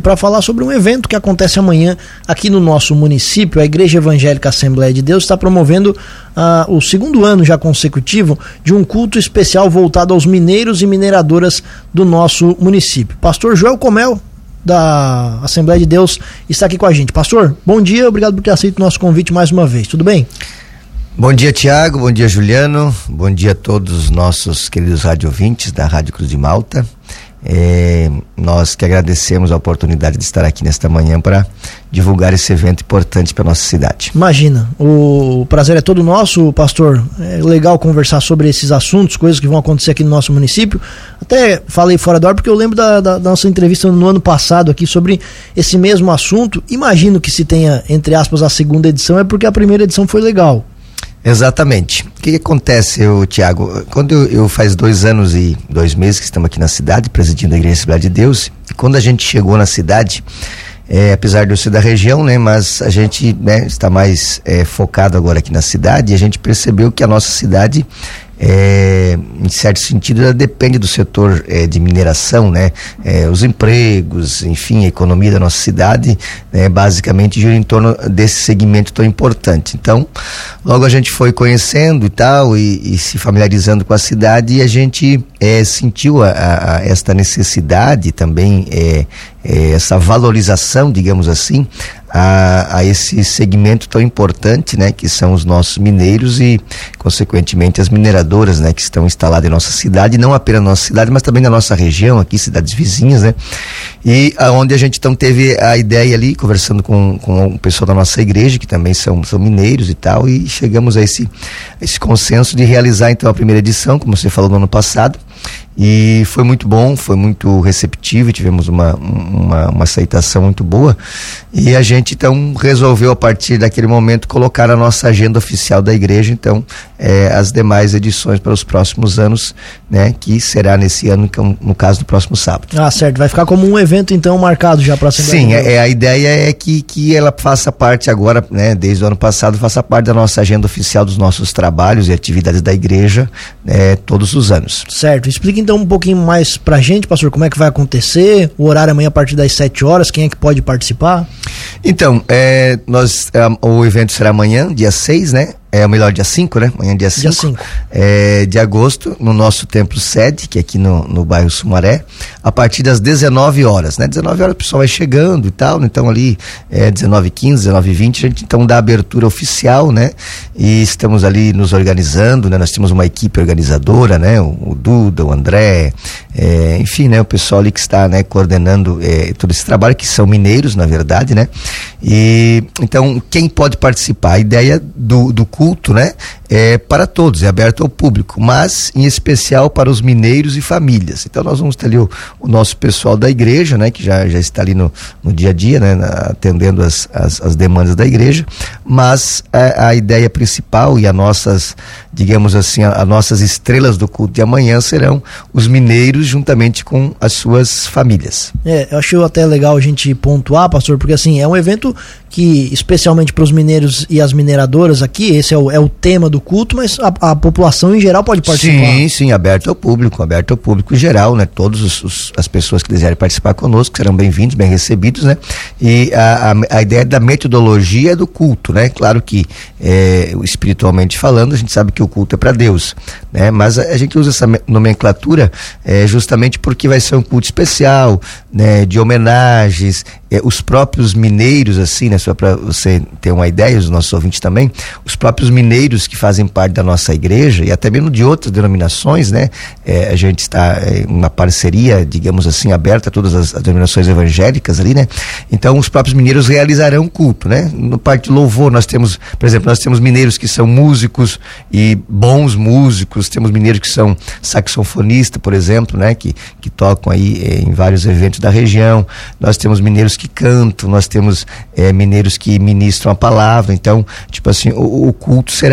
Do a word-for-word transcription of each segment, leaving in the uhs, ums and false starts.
para falar sobre um evento que acontece amanhã aqui no nosso município. A Igreja Evangélica Assembleia de Deus está promovendo uh, o segundo ano já consecutivo de um culto especial voltado aos mineiros e mineradoras do nosso município. Pastor Joel Comel, da Assembleia de Deus, está aqui com a gente. Pastor, bom dia, obrigado por ter aceito o nosso convite mais uma vez, tudo bem? Bom dia, Tiago, bom dia, Juliano, bom dia a todos os nossos queridos rádio ouvintes da Rádio Cruz de Malta. É, nós que agradecemos a oportunidade de estar aqui nesta manhã para divulgar esse evento importante para nossa cidade. Imagina, o prazer é todo nosso, pastor. É legal conversar sobre esses assuntos, coisas que vão acontecer aqui no nosso município. Até falei fora da hora porque eu lembro da, da, da nossa entrevista no ano passado aqui sobre esse mesmo assunto. Imagino que se tenha, entre aspas, a segunda edição é porque a primeira edição foi legal. Exatamente. O que, que acontece, eu, Tiago? Quando eu, eu faz dois anos e dois meses que estamos aqui na cidade, presidindo a Igreja Assembleia de Deus, e quando a gente chegou na cidade, é, apesar de eu ser da região, né, mas a gente, né, está mais é, focado agora aqui na cidade, e a gente percebeu que a nossa cidade, É, em certo sentido, ela depende do setor é, de mineração, né? É, os empregos, enfim, a economia da nossa cidade, né, basicamente gira em torno desse segmento tão importante. Então, logo a gente foi conhecendo e tal, e, e se familiarizando com a cidade, e a gente é, sentiu a, a, esta necessidade também, é, é, essa valorização, digamos assim, A, a esse segmento tão importante, né, que são os nossos mineiros e, consequentemente, as mineradoras, né, que estão instaladas em nossa cidade, não apenas na nossa cidade, mas também na nossa região, aqui, cidades vizinhas, né, e aonde a gente então teve a ideia ali, conversando com, com o pessoal da nossa igreja, que também são, são mineiros e tal, e chegamos a esse, esse consenso de realizar então a primeira edição, como você falou no ano passado. E foi muito bom, foi muito receptivo, tivemos uma, uma, uma aceitação muito boa, e a gente então resolveu a partir daquele momento colocar a nossa agenda oficial da igreja, então é, as demais edições para os próximos anos, né, que será nesse ano, no caso do próximo sábado. Ah, certo, vai ficar como um evento então marcado já para a Assembleia. Sim, é, é, a ideia é que, que ela faça parte agora, né, desde o ano passado, faça parte da nossa agenda oficial dos nossos trabalhos e atividades da igreja, né, todos os anos. Certo, explique então um pouquinho mais pra gente, pastor, como é que vai acontecer, o horário amanhã a partir das sete horas, quem é que pode participar? Então, é, nós, é, o evento será amanhã, dia seis, né? É o melhor dia cinco, né? Amanhã dia cinco é, de agosto, no nosso templo sede, que é aqui no, no bairro Sumaré, a partir das dezenove horas, né? dezenove horas o pessoal vai chegando e tal, então ali é dezenove e quinze, dezenove e vinte, a gente então dá a abertura oficial, né? E estamos ali nos organizando, né? Nós temos uma equipe organizadora, né? O, o Duda, o André, é, enfim, né? O pessoal ali que está, né, coordenando é, todo esse trabalho, que são mineiros, na verdade, né? E então, quem pode participar? A ideia do, do culto, né, é para todos, é aberto ao público, mas em especial para os mineiros e famílias. Então nós vamos ter ali o, o nosso pessoal da igreja, né, que já, já está ali no, no dia a dia, né, na, atendendo as, as, as demandas da igreja, mas a, a ideia principal e as nossas, digamos assim, as nossas estrelas do culto de amanhã serão os mineiros juntamente com as suas famílias. É, eu acho até legal a gente pontuar, pastor, porque assim, é um evento que, especialmente para os mineiros e as mineradoras aqui, esse é o, é o tema do culto, mas a, a população em geral pode participar. Sim, sim, aberto ao público, aberto ao público em geral, né? Todos os, os, as pessoas que desejarem participar conosco serão bem-vindos, bem recebidos, né? E a, a, a ideia da metodologia do culto, né? Claro que, é, espiritualmente falando, a gente sabe que o culto é para Deus, né? Mas a, a gente usa essa nomenclatura é, justamente porque vai ser um culto especial, né? De homenagens, é, os próprios mineiros, assim, né? Só para você ter uma ideia, os nossos ouvintes também, os próprios mineiros que fazem parte da nossa igreja e até mesmo de outras denominações, né? É, a gente está em é, uma parceria, digamos assim, aberta a todas as, as denominações evangélicas ali, né? Então os próprios mineiros realizarão culto, né? No parte de louvor nós temos, por exemplo, nós temos mineiros que são músicos e bons músicos, temos mineiros que são saxofonistas, por exemplo, né? Que, que tocam aí é, em vários eventos da região, nós temos mineiros que cantam, nós temos é, mineiros que ministram a palavra, então, tipo assim, o, o culto será é,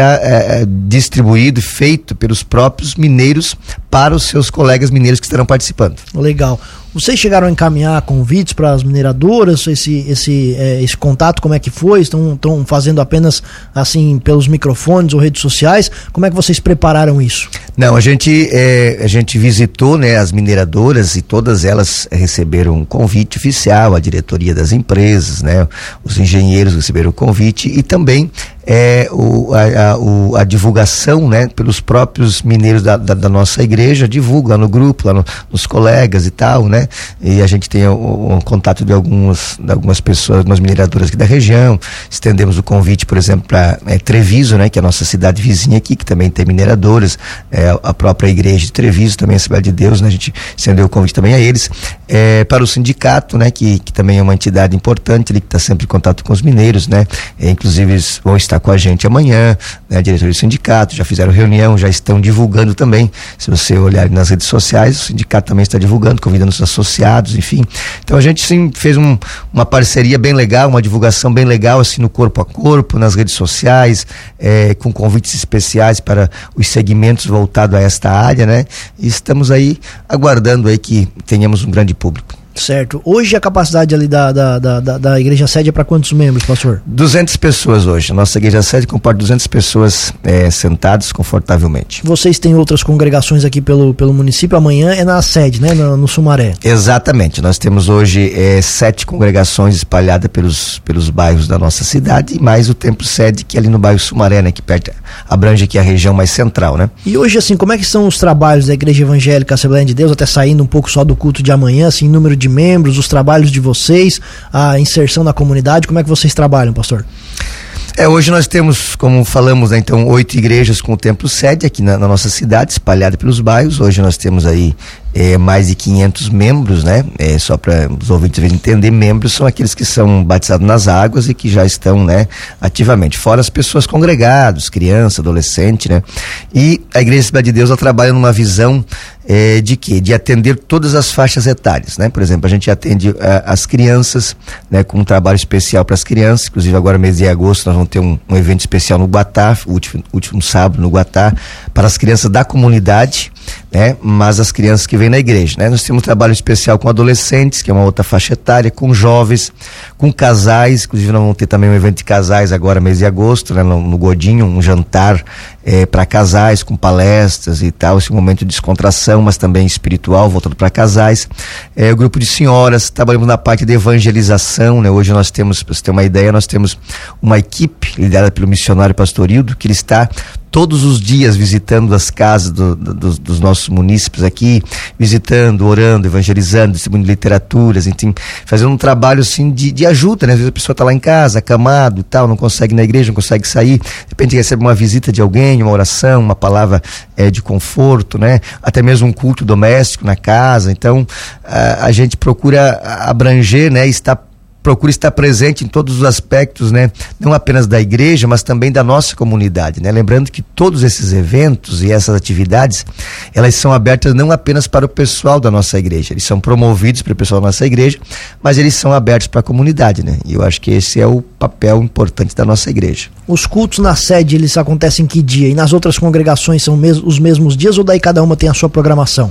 é, distribuído e feito pelos próprios mineiros para os seus colegas mineiros que estarão participando. Legal. Vocês chegaram a encaminhar convites para as mineradoras, esse, esse, é, esse contato, como é que foi? Estão, estão fazendo apenas assim pelos microfones ou redes sociais? Como é que vocês prepararam isso? Não, a gente, é, a gente visitou, né, as mineradoras e todas elas receberam um convite oficial, a diretoria das empresas, né, os engenheiros receberam o convite e também é, o, a, a, o, a divulgação, né, pelos próprios mineiros da, da, da nossa igreja, divulga lá no grupo, lá no, nos colegas e tal, né, e a gente tem o, o contato de algumas, de algumas pessoas, algumas mineradoras aqui da região, estendemos o convite, por exemplo, para é, Treviso, né, que é a nossa cidade vizinha aqui, que também tem mineradoras, é, a própria igreja de Treviso, também a Cidade de Deus, né, a gente estendeu o convite também a eles, é, para o sindicato, né, que, que também é uma entidade importante, ele que está sempre em contato com os mineiros, né, é, inclusive eles vão estar com a gente amanhã, né, a diretoria do sindicato, já fizeram reunião, já estão divulgando também, se você olhar nas redes sociais, o sindicato também está divulgando, convidando os associados, enfim, então a gente sim fez um, uma parceria bem legal, uma divulgação bem legal, assim, no corpo a corpo, nas redes sociais, é, com convites especiais para os segmentos voltados a esta área, né, e estamos aí aguardando aí que tenhamos um grande público. Certo. Hoje a capacidade ali da, da, da, da igreja sede é para quantos membros, pastor? duzentas pessoas hoje. Nossa igreja sede comporta duzentas pessoas é, sentadas confortavelmente. Vocês têm outras congregações aqui pelo, pelo município, amanhã é na sede, né? No, no Sumaré. Exatamente. Nós temos hoje é, sete congregações espalhadas pelos, pelos bairros da nossa cidade e mais o templo sede que é ali no bairro Sumaré, né? Que perto, abrange aqui a região mais central, né? E hoje, assim, como é que são os trabalhos da Igreja Evangélica Assembleia de Deus, até saindo um pouco só do culto de amanhã, assim, número de de membros, os trabalhos de vocês, a inserção na comunidade, como é que vocês trabalham, pastor? É, hoje nós temos, como falamos, né, então, oito igrejas com o templo sede aqui na, na nossa cidade, espalhada pelos bairros. Hoje nós temos aí é, mais de quinhentos membros, né? É, só para os ouvintes entender, membros são aqueles que são batizados nas águas e que já estão, né, ativamente. Fora as pessoas congregadas, criança, adolescente, né? E a Igreja Cidade de Deus, ela trabalha numa visão é, de quê? De atender todas as faixas etárias, né? Por exemplo, a gente atende a, as crianças, né? Com um trabalho especial para as crianças, inclusive agora mês de agosto nós vamos ter um, um evento especial no Guatá, o último, último sábado no Guatá, para as crianças da comunidade, né? Mas as crianças que vêm na igreja, né? Nós temos um trabalho especial com adolescentes, que é uma outra faixa etária, com jovens, com casais, inclusive nós vamos ter também um evento de casais agora mês de agosto, né? No, no Godinho, um jantar é, para casais, com palestras e tal, esse momento de descontração, mas também espiritual, voltado para casais. É, o grupo de senhoras, trabalhamos na parte de evangelização, né? Hoje nós temos, para você ter uma ideia, nós temos uma equipe liderada pelo missionário Pastor Hildo, que ele está todos os dias visitando as casas do, do, dos, dos nossos munícipes aqui, visitando, orando, evangelizando, distribuindo literaturas, enfim, fazendo um trabalho assim de, de ajuda, né? Às vezes a pessoa está lá em casa, acamado e tal, não consegue ir na igreja, não consegue sair, de repente recebe uma visita de alguém, uma oração, uma palavra é, de conforto, né? Até mesmo um culto doméstico na casa. Então a, a gente procura abranger, né? Estar procura estar presente em todos os aspectos, né? Não apenas da igreja, mas também da nossa comunidade, né? Lembrando que todos esses eventos e essas atividades, elas são abertas não apenas para o pessoal da nossa igreja, eles são promovidos para o pessoal da nossa igreja, mas eles são abertos para a comunidade, né? E eu acho que esse é o papel importante da nossa igreja. Os cultos na sede, eles acontecem em que dia? E nas outras congregações são mes- os mesmos dias ou daí cada uma tem a sua programação?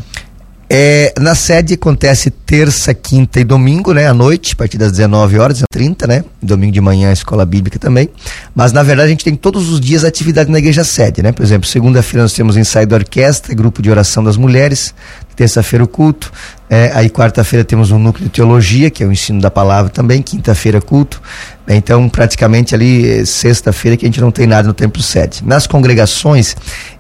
É, na sede acontece terça, quinta e domingo, né? À noite, a partir das dezenove horas e trinta, né? Domingo de manhã a escola bíblica também. Mas na verdade a gente tem todos os dias atividade na igreja sede, né? Por exemplo, segunda-feira nós temos ensaio da orquestra, grupo de oração das mulheres, terça-feira o culto, é, aí quarta-feira temos um núcleo de teologia, que é o ensino da palavra também, quinta-feira culto, né? Então praticamente ali sexta-feira que a gente não tem nada no templo sede. Nas congregações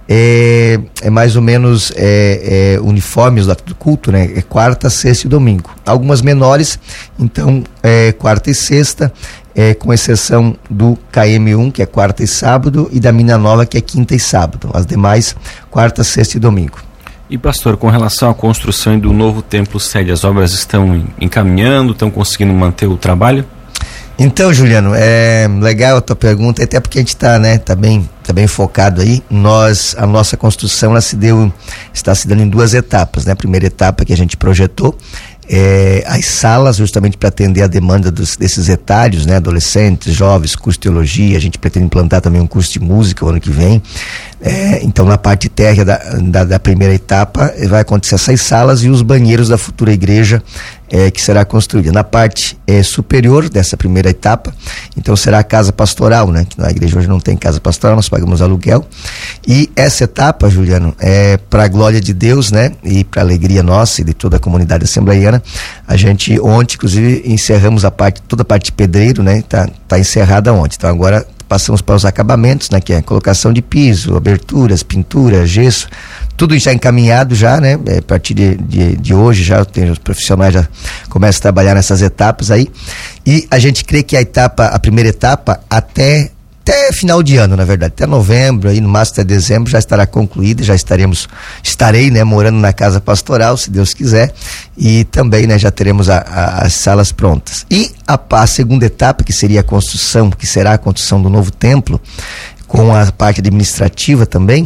É, é mais ou menos é, é, uniformes do culto, né? É quarta, sexta e domingo. Algumas menores, então é quarta e sexta, é, com exceção do K M um, que é quarta e sábado, e da Mina Nova, que é quinta e sábado. As demais, quarta, sexta e domingo. E pastor, com relação à construção do novo templo sede, as obras estão encaminhando, estão conseguindo manter o trabalho? Então, Juliano, é legal a tua pergunta, até porque a gente está, né, tá bem, tá bem focado aí. Nós, a nossa construção, ela se deu, está se dando em duas etapas, né? A primeira etapa que a gente projetou, é, as salas justamente para atender a demanda dos, desses etários, né? Adolescentes, jovens, curso de teologia. A gente pretende implantar também um curso de música o ano que vem. É, então na parte térrea da, da, da primeira etapa vai acontecer essas salas e os banheiros da futura igreja é, que será construída. Na parte é, superior dessa primeira etapa, então será a casa pastoral, né? Que na igreja hoje não tem casa pastoral, nós pagamos aluguel. E essa etapa, Juliano, é para a glória de Deus, né? E para a alegria nossa e de toda a comunidade assembleiana. A gente ontem, inclusive, encerramos a parte, toda a parte de pedreiro, né? Tá, tá encerrada ontem. Então agora passamos para os acabamentos, né? Que é a colocação de piso, aberturas, pintura, gesso, tudo já encaminhado já, né? É, a partir de, de, de hoje já tem, os profissionais já começam a trabalhar nessas etapas aí, e a gente crê que a etapa, a primeira etapa até até final de ano, na verdade, até novembro, aí no máximo até dezembro já estará concluída, já estaremos, estarei, né, morando na casa pastoral, se Deus quiser, e também, né, já teremos a, a, as salas prontas. E a, a segunda etapa, que seria a construção, que será a construção do novo templo, com a parte administrativa também,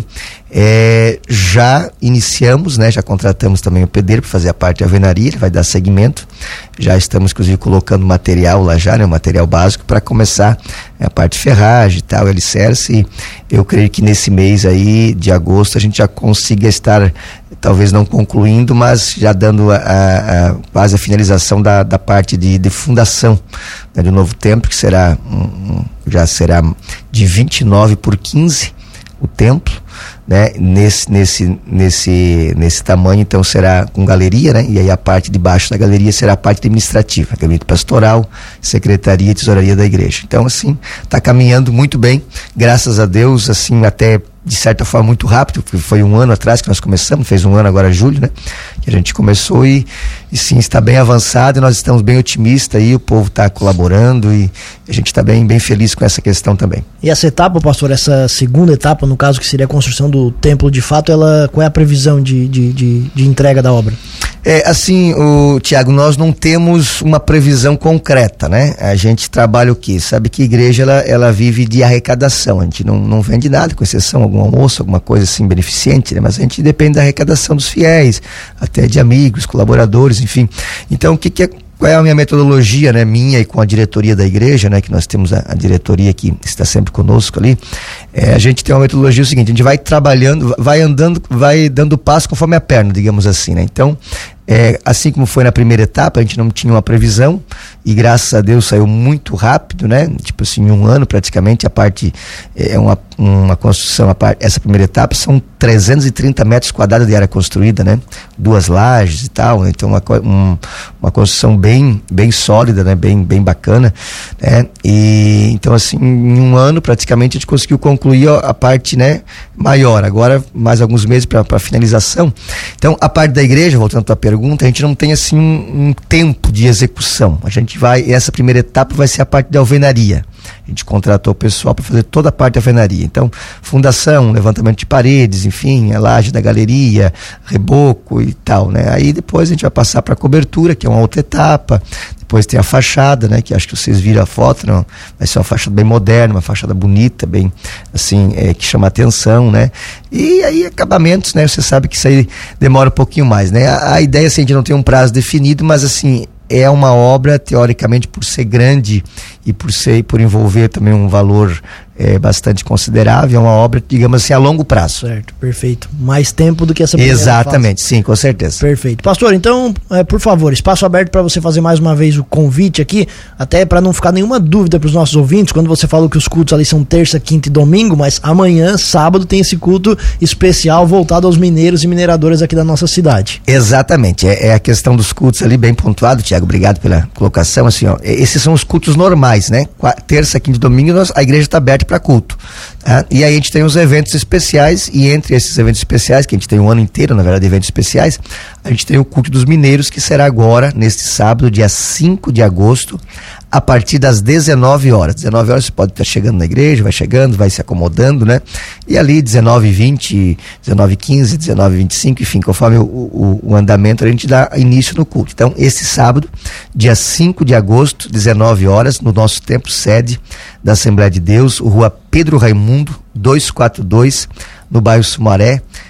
é, já iniciamos, né, já contratamos também o pedreiro para fazer a parte de alvenaria, ele vai dar seguimento, já estamos inclusive colocando material lá já, né, o material básico para começar a parte de ferragem e tal, alicerce, e eu creio que nesse mês aí de agosto a gente já consiga estar, talvez não concluindo, mas já dando a, a, a quase a finalização da, da parte de, de fundação, né, do novo templo, que será um, um, já será de vinte e nove por quinze o templo, né, nesse, nesse, nesse, nesse tamanho, então será com galeria, né, e aí a parte de baixo da galeria será a parte administrativa, gabinete pastoral, secretaria e tesouraria da igreja. Então, assim, está caminhando muito bem, graças a Deus, assim, até de certa forma muito rápido, porque foi um ano atrás que nós começamos, fez um ano agora julho, né, que a gente começou, e, e sim, está bem avançado, e nós estamos bem otimistas aí, o povo está colaborando, e a gente está bem, bem feliz com essa questão também. E essa etapa, pastor, essa segunda etapa, no caso que seria a construção do templo de fato, ela, qual é a previsão de, de, de, de entrega da obra? É, assim, o Tiago, nós não temos uma previsão concreta, né? A gente trabalha o quê? Sabe que a igreja, ela, ela vive de arrecadação, a gente não, não vende nada, com exceção algum almoço, alguma coisa assim beneficente, né? Mas a gente depende da arrecadação dos fiéis, até de amigos, colaboradores, enfim. Então, o que que é, qual é a minha metodologia, né, minha e com a diretoria da igreja, né, que nós temos a, a diretoria que está sempre conosco ali, é, a gente tem uma metodologia seguinte, a gente vai trabalhando, vai andando, vai dando passo conforme a perna, digamos assim, né? Então, é, assim como foi na primeira etapa, a gente não tinha uma previsão e graças a Deus saiu muito rápido, né? Tipo assim, em um ano praticamente, a parte é uma, uma construção, a parte, essa primeira etapa são trezentos e trinta metros quadrados de área construída, né? Duas lajes e tal, né? Então uma, um, uma construção bem, bem sólida, né? Bem, bem bacana, né? E então assim, em um ano praticamente a gente conseguiu concluir a, a parte, né, maior, agora mais alguns meses para a finalização. Então a parte da igreja, voltando à tua pergunta, a gente não tem assim um, um tempo de execução. A gente vai, essa primeira etapa vai ser a parte de alvenaria. A gente contratou o pessoal para fazer toda a parte de alvenaria. Então, fundação, levantamento de paredes, enfim, a laje da galeria, reboco e tal, né? Aí depois a gente vai passar para a cobertura, que é uma outra etapa. Depois tem a fachada, né? Que acho que vocês viram a foto, não? Vai ser uma fachada bem moderna, uma fachada bonita, bem, assim, é, que chama atenção, né? E aí acabamentos, né? Você sabe que isso aí demora um pouquinho mais, né? A, a ideia, assim, a gente não tem um prazo definido, mas assim, é uma obra, teoricamente, por ser grande e por ser, por envolver também um valor é, bastante considerável, é uma obra, digamos assim, a longo prazo. Certo, perfeito. Mais tempo do que essa primeira Exatamente, fase. Sim, com certeza. Perfeito. Pastor, então, é, por favor, espaço aberto para você fazer mais uma vez o convite aqui, até para não ficar nenhuma dúvida para os nossos ouvintes, quando você falou que os cultos ali são terça, quinta e domingo, mas amanhã, sábado, tem esse culto especial voltado aos mineiros e mineradoras aqui da nossa cidade. Exatamente, é, é a questão dos cultos ali bem pontuado, Tiago, obrigado pela colocação, assim, ó, esses são os cultos normais, né? Terça, quinta e domingo, nós, a igreja está aberta para culto. Tá? E aí a gente tem os eventos especiais, e entre esses eventos especiais, que a gente tem um ano inteiro, na verdade, eventos especiais, a gente tem o culto dos mineiros, que será agora, neste sábado, dia cinco de agosto, a partir das dezenove horas. dezenove horas você pode estar chegando na igreja, vai chegando, vai se acomodando, né? E ali dezenove e vinte, dezenove e quinze, dezenove e vinte e cinco, enfim, conforme o, o, o andamento, a gente dá início no culto. Então, esse sábado, dia cinco de agosto, dezenove horas, no nosso templo sede da Assembleia de Deus, Rua Pedro Raimundo, duzentos e quarenta e dois, no bairro Sumaré,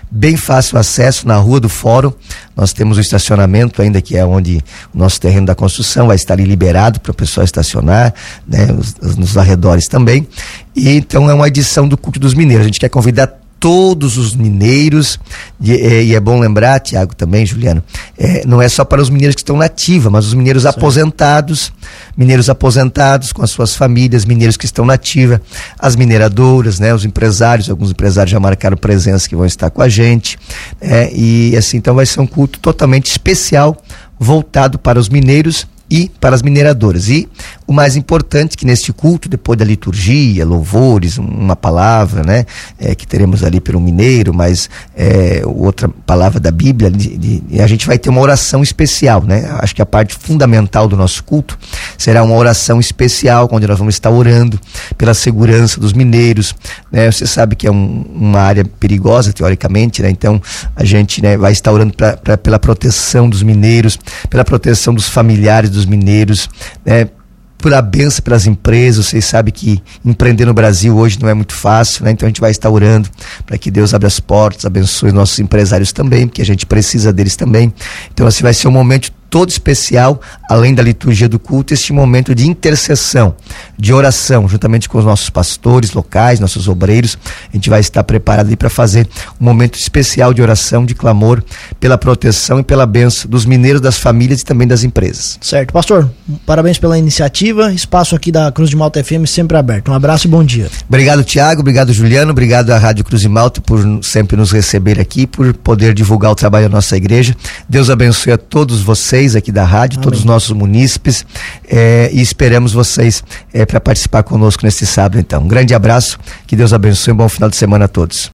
bem fácil acesso na Rua do Fórum. Nós temos o estacionamento ainda, que é onde o nosso terreno da construção vai estar ali liberado para o pessoal estacionar, né, os, nos arredores também. E então é uma edição do Culto dos Mineiros. A gente quer convidar todos os mineiros, e, e, e é bom lembrar, Tiago, também, Juliano, é, não é só para os mineiros que estão na ativa, mas os mineiros Sim. aposentados, mineiros aposentados com as suas famílias, mineiros que estão na ativa, as mineradoras, né, os empresários, alguns empresários já marcaram presença que vão estar com a gente, é, e assim, então vai ser um culto totalmente especial, voltado para os mineiros e para as mineradoras. E o mais importante, que neste culto, depois da liturgia, louvores, uma palavra, né, é, que teremos ali pelo mineiro, mas é, outra palavra da Bíblia, de, de, a gente vai ter uma oração especial, né? Acho que a parte fundamental do nosso culto será uma oração especial, onde nós vamos estar orando pela segurança dos mineiros, né? Você sabe que é um, uma área perigosa, teoricamente, né? Então a gente, né, vai estar orando pra, pra, pela proteção dos mineiros, pela proteção dos familiares dos mineiros, né, por a benção pelas empresas. Vocês sabem que empreender no Brasil hoje não é muito fácil, né? Então a gente vai estar orando para que Deus abra as portas, abençoe nossos empresários também, porque a gente precisa deles também. Então assim vai ser um momento todo especial, além da liturgia do culto, este momento de intercessão, de oração, juntamente com os nossos pastores locais, nossos obreiros. A gente vai estar preparado aí para fazer um momento especial de oração, de clamor pela proteção e pela bênção dos mineiros, das famílias e também das empresas. Certo. Pastor, parabéns pela iniciativa, espaço aqui da Cruz de Malta F M sempre aberto. Um abraço e bom dia. Obrigado, Tiago, obrigado, Juliano, obrigado à Rádio Cruz de Malta por sempre nos receber aqui, por poder divulgar o trabalho da nossa igreja. Deus abençoe a todos vocês aqui da rádio, Amém. Todos os nossos munícipes, é, e esperamos vocês é, para participar conosco neste sábado. Então, um grande abraço, que Deus abençoe, um bom final de semana a todos.